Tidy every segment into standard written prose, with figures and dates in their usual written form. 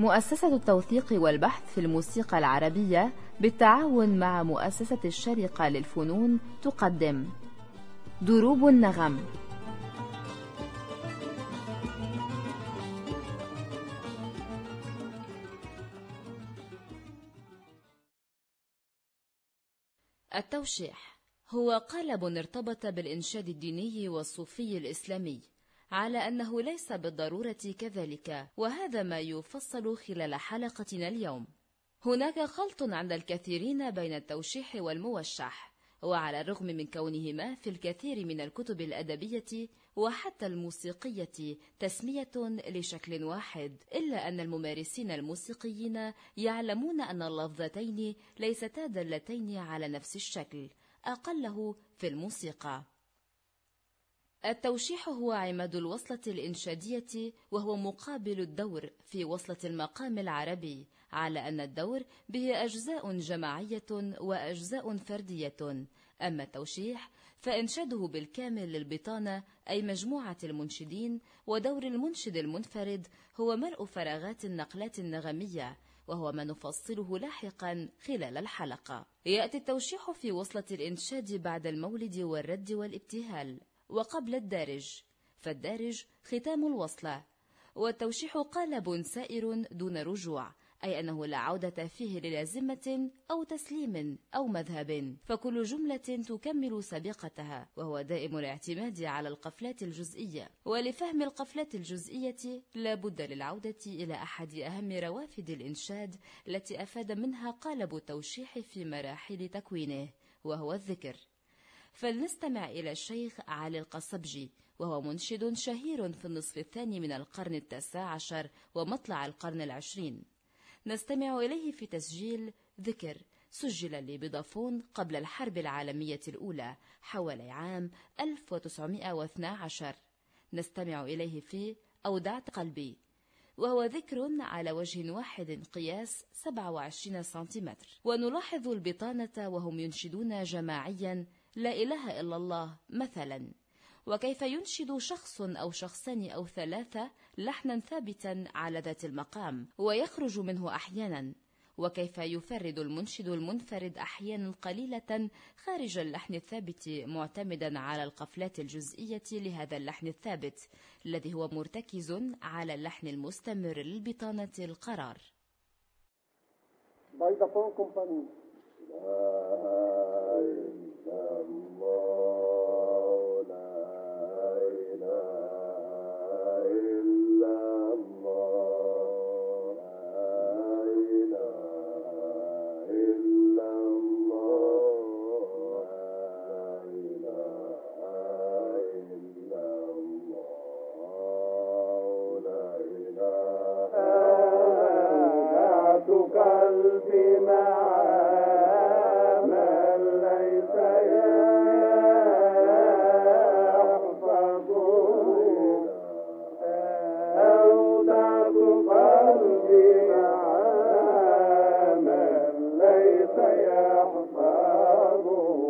مؤسسة التوثيق والبحث في الموسيقى العربية بالتعاون مع مؤسسة الشارقة للفنون تقدم دروب النغم. التوشيح هو قالب ارتبط بالإنشاد الديني والصوفي الإسلامي، على أنه ليس بالضرورة كذلك، وهذا ما يفصل خلال حلقتنا اليوم. هناك خلط عند الكثيرين بين التوشيح والموشح، وعلى الرغم من كونهما في الكثير من الكتب الأدبية وحتى الموسيقية تسمية لشكل واحد، إلا أن الممارسين الموسيقيين يعلمون أن اللفظتين ليستا دالتين على نفس الشكل، أقله في الموسيقى. التوشيح هو عماد الوصلة الإنشادية، وهو مقابل الدور في وصلة المقام العربي، على أن الدور به أجزاء جماعية وأجزاء فردية. أما التوشيح فإنشاده بالكامل للبطانة، أي مجموعة المنشدين، ودور المنشد المنفرد هو ملء فراغات النقلات النغمية، وهو ما نفصله لاحقا خلال الحلقة. يأتي التوشيح في وصلة الإنشاد بعد المولد والرد والابتهال وقبل الدارج، فالدارج ختام الوصلة، والتوشيح قالب سائر دون رجوع، أي أنه لا عودة فيه للازمة أو تسليم أو مذهب، فكل جملة تكمل سابقتها، وهو دائم الاعتماد على القفلات الجزئية. ولفهم القفلات الجزئية لا بد للعودة إلى أحد أهم روافد الإنشاد التي أفاد منها قالب التوشيح في مراحل تكوينه، وهو الذكر. فلنستمع إلى الشيخ علي القصبجي، وهو منشد شهير في النصف الثاني من القرن 19 ومطلع القرن 20. نستمع إليه في تسجيل ذكر سجل لبيضافون قبل الحرب العالمية الأولى حوالي عام 1912. نستمع إليه في أودعت قلبي، وهو ذكر على وجه واحد قياس 27 سنتيمتر. ونلاحظ البطانة وهم ينشدون جماعيا لا إله إلا الله مثلا، وكيف ينشد شخص أو شخصان أو ثلاثة لحنا ثابتا على ذات المقام ويخرج منه أحيانا، وكيف يفرد المنشد المنفرد أحيانا قليلة خارج اللحن الثابت معتمدا على القفلات الجزئية لهذا اللحن الثابت الذي هو مرتكز على اللحن المستمر للبطانة القرار. بيضافون كومباني. قلبي مع من ليس يحفظ، أودعت قلبي مع من ليس يحفظ،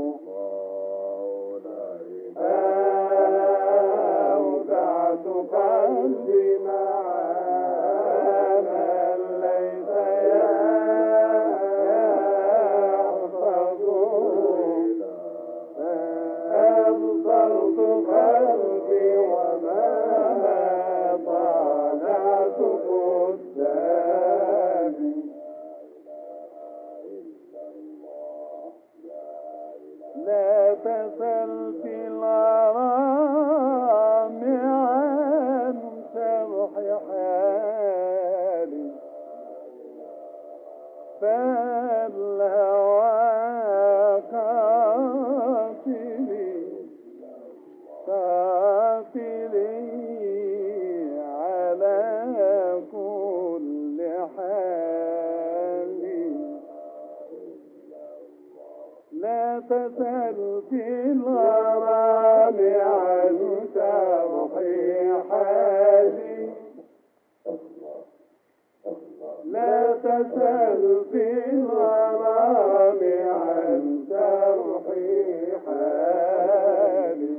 أودعت قلبي مع قلبي وما طالعت قدامي. لا تسل في الغرام عن شرح حالي، فالهوى قاتلي على كل حال. لا تسل في الغرام عن شرح حالي، لا تسل في الغرام عن شرح حالي،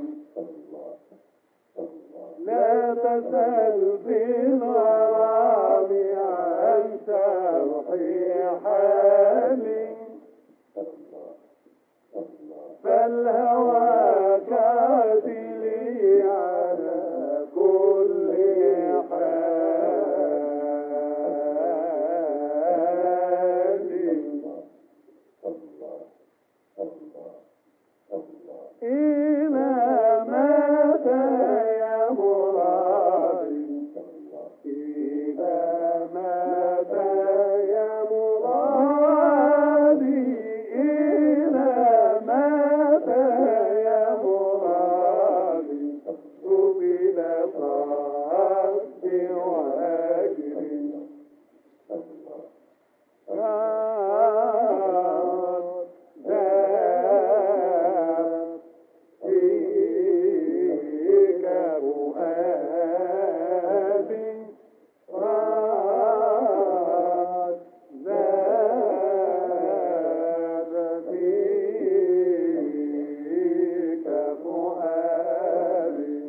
لا تسل في الغرام عن فؤادي راد زاد فيك فؤادي.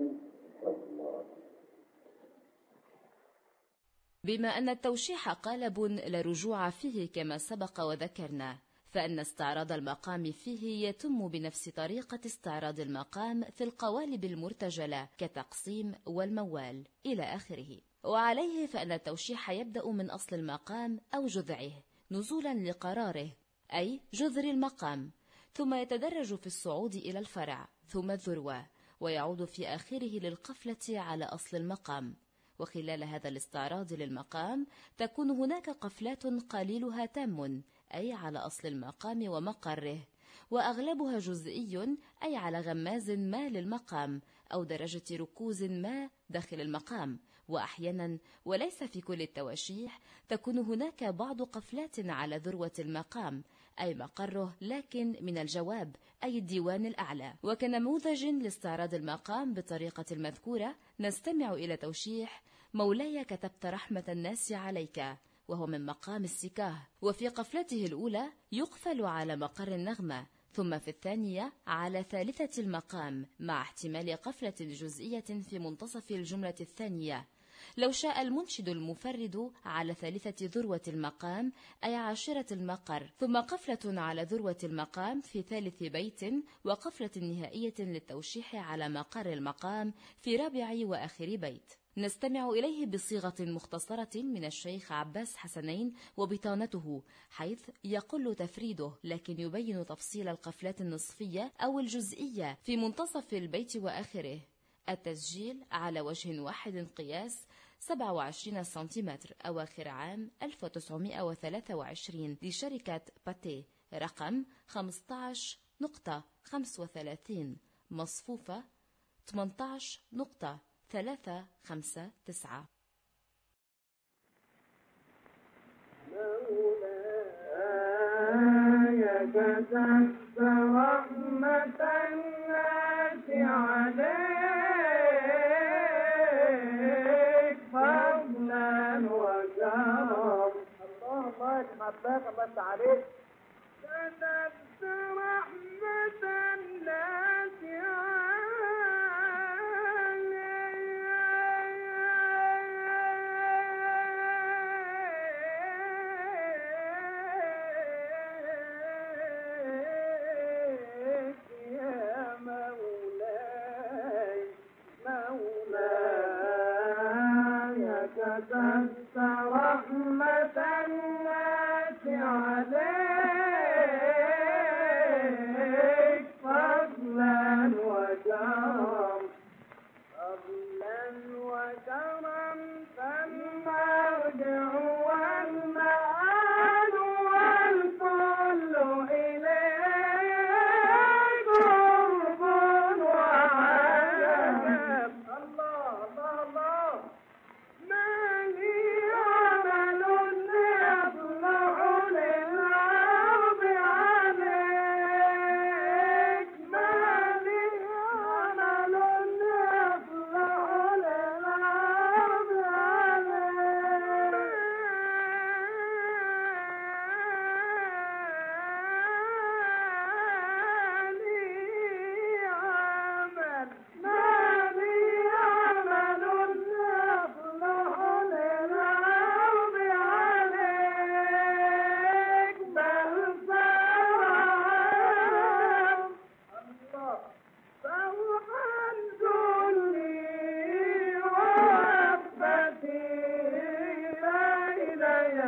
بما أن التوشيح قالب لا رجوع فيه كما سبق وذكرنا، فإن استعراض المقام فيه يتم بنفس طريقة استعراض المقام في القوالب المرتجلة كتقسيم والموال إلى آخره. وعليه فإن التوشيح يبدأ من أصل المقام أو جذعه نزولا لقراره، أي جذر المقام، ثم يتدرج في الصعود إلى الفرع ثم الذروة، ويعود في آخره للقفلة على أصل المقام. وخلال هذا الاستعراض للمقام تكون هناك قفلات قليلها تام، أي على أصل المقام ومقره، وأغلبها جزئي، أي على غماز ما للمقام أو درجة ركوز ما داخل المقام. وأحيانا وليس في كل التواشيح تكون هناك بعض قفلات على ذروة المقام أي مقره، لكن من الجواب أي الديوان الأعلى. وكنموذج لاستعراض المقام بالطريقة المذكورة نستمع إلى توشيح مولاي كتبت رحمة الناس عليك، وهو من مقام السكاه، وفي قفلته الأولى يقفل على مقر النغمة، ثم في الثانية على ثالثة المقام، مع احتمال قفلة جزئية في منتصف الجملة الثانية. لو شاء المنشد المفرد على ثالثة ذروة المقام أي عاشرة المقر، ثم قفلة على ذروة المقام في ثالث بيت، وقفلة نهائية للتوشيح على مقر المقام في رابع وآخر بيت. نستمع إليه بصيغة مختصرة من الشيخ عباس حسنين وبطانته، حيث يقل تفريده لكن يبين تفصيل القفلات النصفية أو الجزئية في منتصف البيت وآخره. التسجيل على وجه واحد قياس 27 سنتيمتر، أواخر عام 1923 لشركة باتيه، رقم 15.35، مصفوفة 18.359. مولاي كتبت رحمة الناس عليك فضلا وكرم. الله يسمع بك بس عليك. كتبت رحمة الناس كتبت رحمة الناس عليك فضلا وكرم. فضلا وكرم فالمرجع والمآل والكل إليك قرب وعجب. الله الله الله. ما لي عمل يطلع للعرب عليك. ما لي عمل يطلع للعرب عليك. ما لي عمل يطلع للعرب عليك. بل فروحا ذلي ورغبتي بين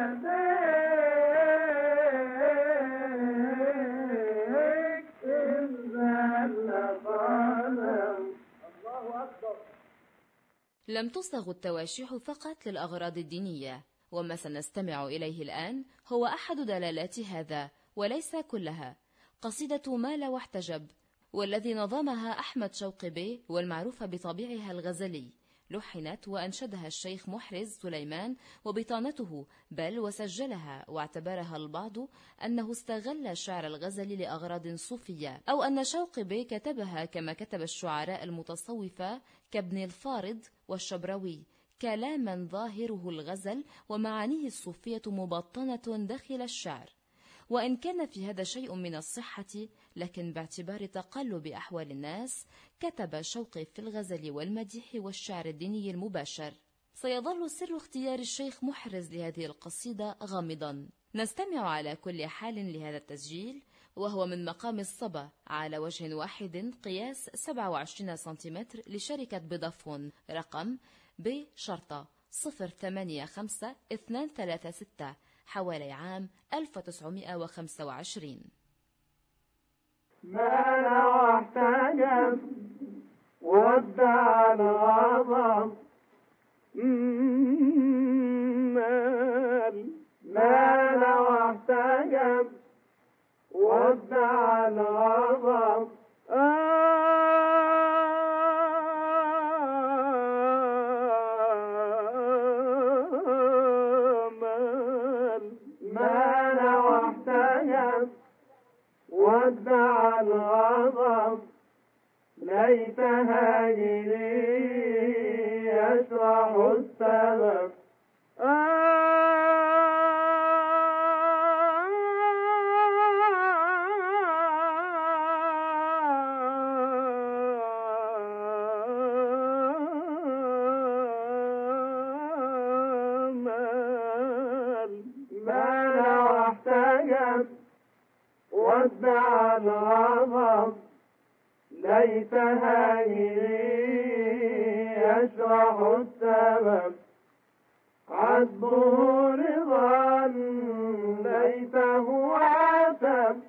يديك إن زل قلم. الله أكبر. لم تصغ التواشيح فقط للأغراض الدينية، وما سنستمع إليه الآن هو أحد دلالات هذا وليس كلها. قصيدة مال واحتجب، والذي نظمها أحمد شوقي بيه، والمعروفة بطبيعها الغزلي، لحنت وأنشدها الشيخ محرز سليمان وبطانته، بل وسجلها، واعتبرها البعض أنه استغل شعر الغزل لأغراض صوفية، أو أن شوقي بي كتبها كما كتب الشعراء المتصوفة كابن الفارض والشبراوي، كلاما ظاهره الغزل ومعانيه الصوفية مبطنة داخل الشعر. وإن كان في هذا شيء من الصحة، لكن باعتبار تقلب أحوال الناس كتب شوقي في الغزل والمديح والشعر الديني المباشر. سيظل سر اختيار الشيخ محرز لهذه القصيدة غامضا. نستمع على كل حال لهذا التسجيل، وهو من مقام الصبا على وجه واحد قياس 27 سنتيمتر لشركة فودافون، رقم بشرطة 085236، حوالي عام 1925. ما نوحت جنب ودع الغضب ما نوحت جنب ودع الغضب ما نوحت جنب ودع الغضب ليت هاجري يشرح السبب ما نوحت جنب ودع الغضب ليت هاجري يشرح السبب عذبه رضا ليته عتب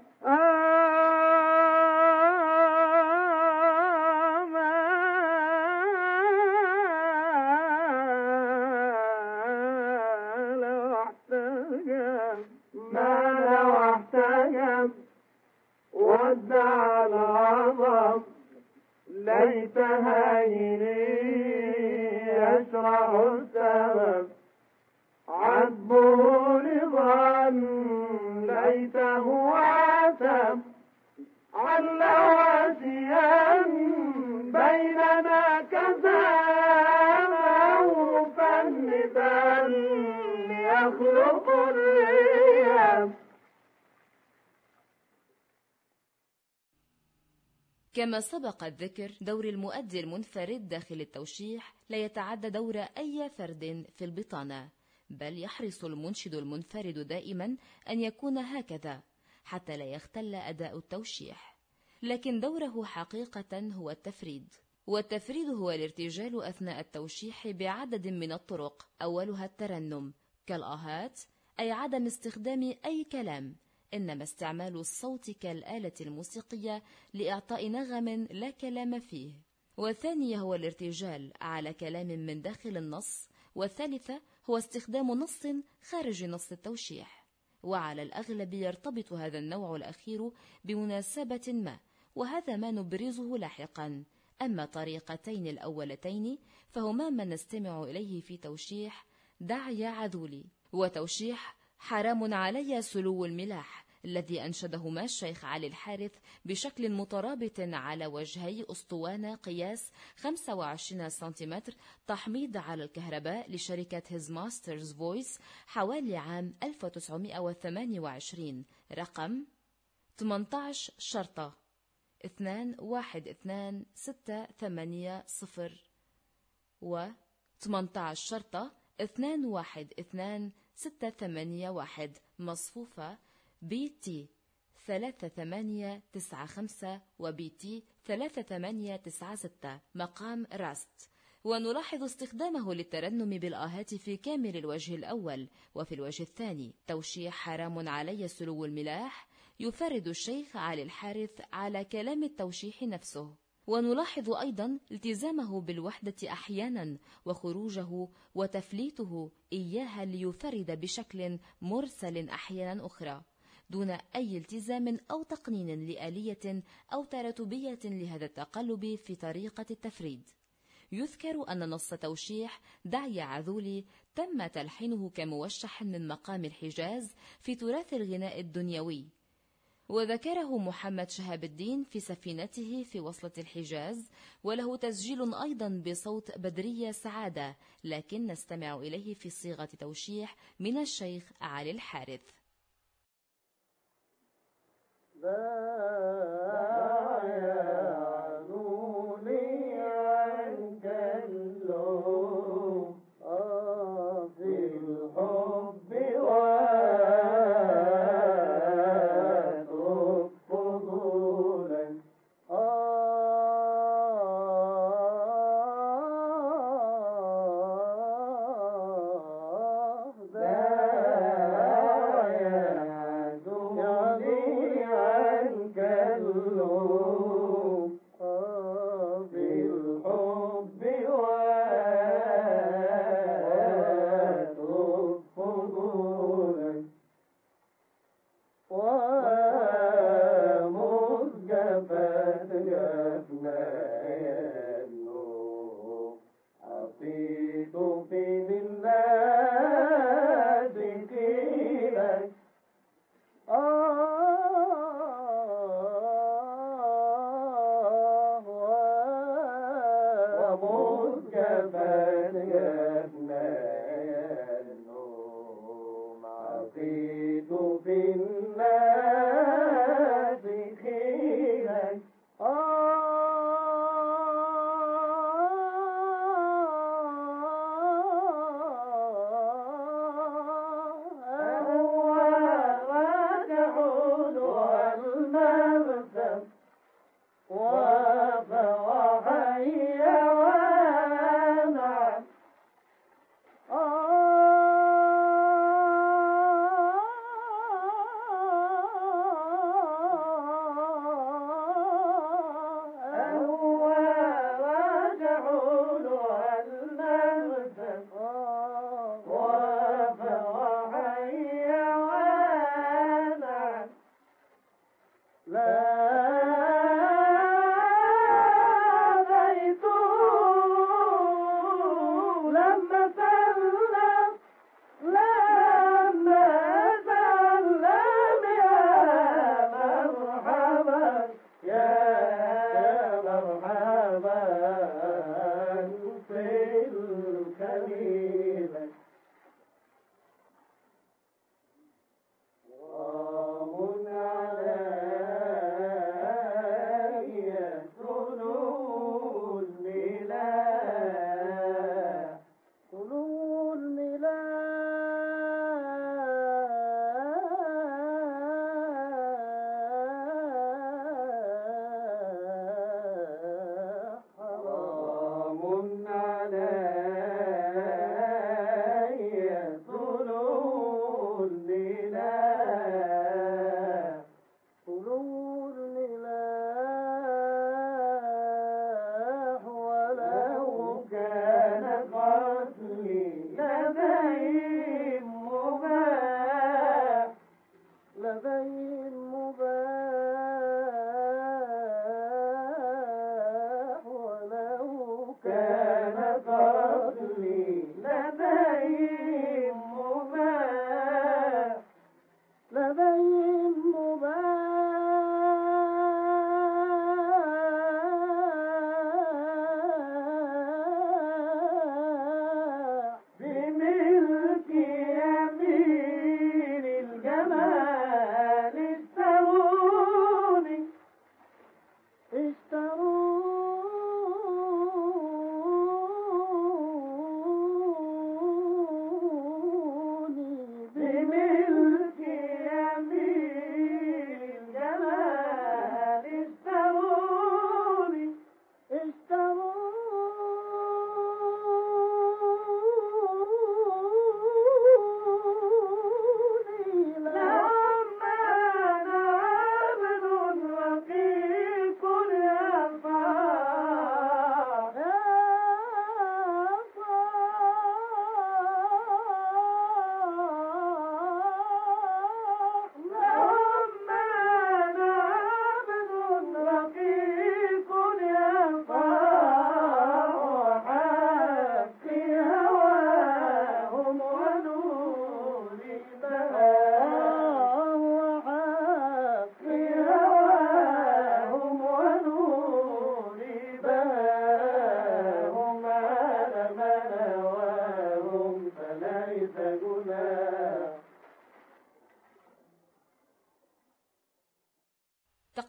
ما نوحت جنب ودع الغضب ليت هاجري يشرح السبب عذبه رضا ليته عتب عل واسيا بيننا كساما مفندا ليخلق الرياض. كما سبق الذكر، دور المؤدي المنفرد داخل التوشيح لا يتعدى دور أي فرد في البطانة، بل يحرص المنشد المنفرد دائما أن يكون هكذا حتى لا يختل أداء التوشيح. لكن دوره حقيقة هو التفريد، والتفريد هو الارتجال أثناء التوشيح بعدد من الطرق، أولها الترنم كالآهات، أي عدم استخدام أي كلام، إنما استعمال الصوت كالآلة الموسيقية لإعطاء نغم لا كلام فيه. والثانية هو الارتجال على كلام من داخل النص، والثالثة هو استخدام نص خارج نص التوشيح. وعلى الأغلب يرتبط هذا النوع الأخير بمناسبة ما، وهذا ما نبرزه لاحقا. أما طريقتين الأولتين فهما ما نستمع إليه في توشيح دع يا عذولي، وتوشيح حرام علي سلو الملاح، الذي أنشدهما الشيخ علي الحارث بشكل مترابط على وجهي أسطوانة قياس 25 سنتيمتر تحميض على الكهرباء لشركة His Master's Voice حوالي عام 1928، رقم 18 شرطة 212680 و 18 شرطة 212681 مصفوفة BT 3895 و BT 3896 مقام راست. ونلاحظ استخدامه للترنم بالآهات في كامل الوجه الأول، وفي الوجه الثاني توشيح حرام علي سلو الملاح يفرد الشيخ علي الحارث على كلام التوشيح نفسه. ونلاحظ أيضا التزامه بالوحدة أحيانا وخروجه وتفليته إياها ليفرد بشكل مرسل أحيانا أخرى، دون أي التزام أو تقنين لآلية أو تراتبية لهذا التقلب في طريقة التفريد. يذكر أن نص توشيح دعي عذولي تم تلحينه كموشح من مقام الحجاز في تراث الغناء الدنيوي، وذكره محمد شهاب الدين في سفينته في وصلة الحجاز، وله تسجيل أيضا بصوت بدرية سعادة، لكن نستمع إليه في صيغة توشيح من الشيخ علي الحارث.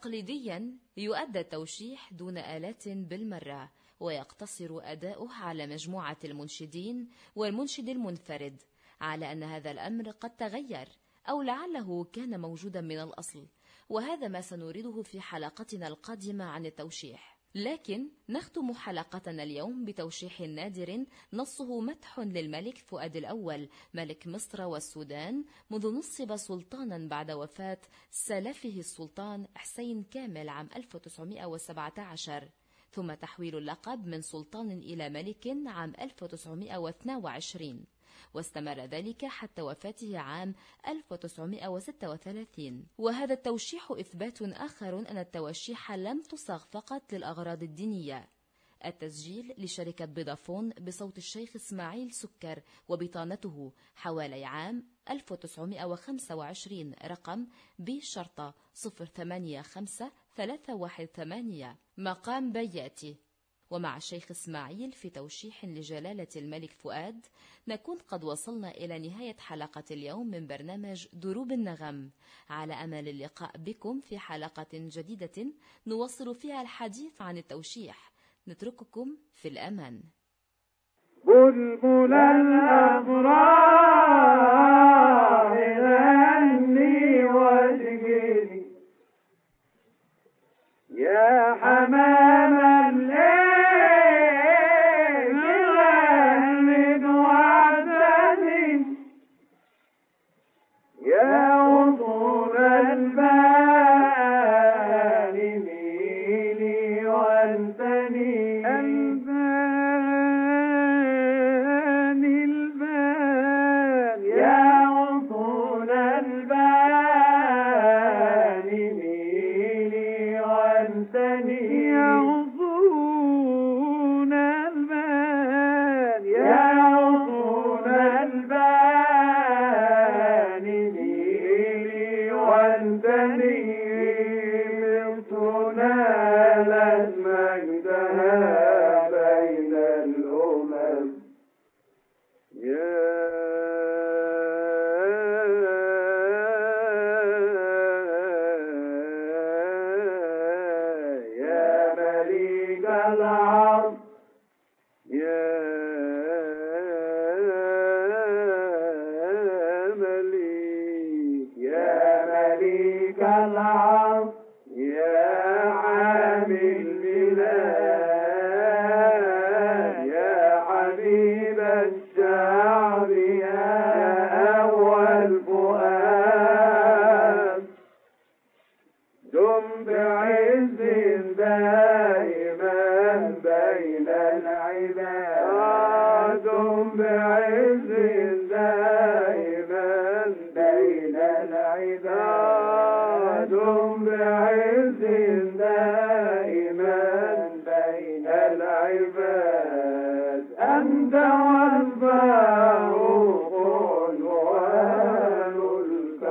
تقليديا يؤدى التوشيح دون آلات بالمرة، ويقتصر أداؤه على مجموعة المنشدين والمنشد المنفرد، على أن هذا الأمر قد تغير أو لعله كان موجودا من الأصل، وهذا ما سنريده في حلقتنا القادمة عن التوشيح. لكن نختم حلقتنا اليوم بتوشيح نادر نصه مدح للملك فؤاد الأول ملك مصر والسودان، منذ نصب سلطانا بعد وفاة سلفه السلطان حسين كامل عام 1917، ثم تحويل اللقب من سلطان إلى ملك عام 1922، واستمر ذلك حتى وفاته عام 1936. وهذا التوشيح إثبات آخر أن التوشيح لم تصاغ فقط للأغراض الدينية. التسجيل لشركة فودافون بصوت الشيخ إسماعيل سكر وبطانته حوالي عام 1925 رقم B شرطة 085318 مقام بياتي. ومع الشيخ إسماعيل في توشيح لجلالة الملك فؤاد نكون قد وصلنا إلى نهاية حلقة اليوم من برنامج دروب النغم، على أمل اللقاء بكم في حلقة جديدة نواصل فيها الحديث عن التوشيح. نترككم في الأمان. بلبل الأفراح غني واشجني يا حمام الليل غني وعدني يا وصول البال ميلي وانتني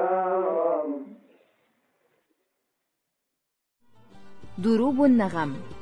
دروب النغم.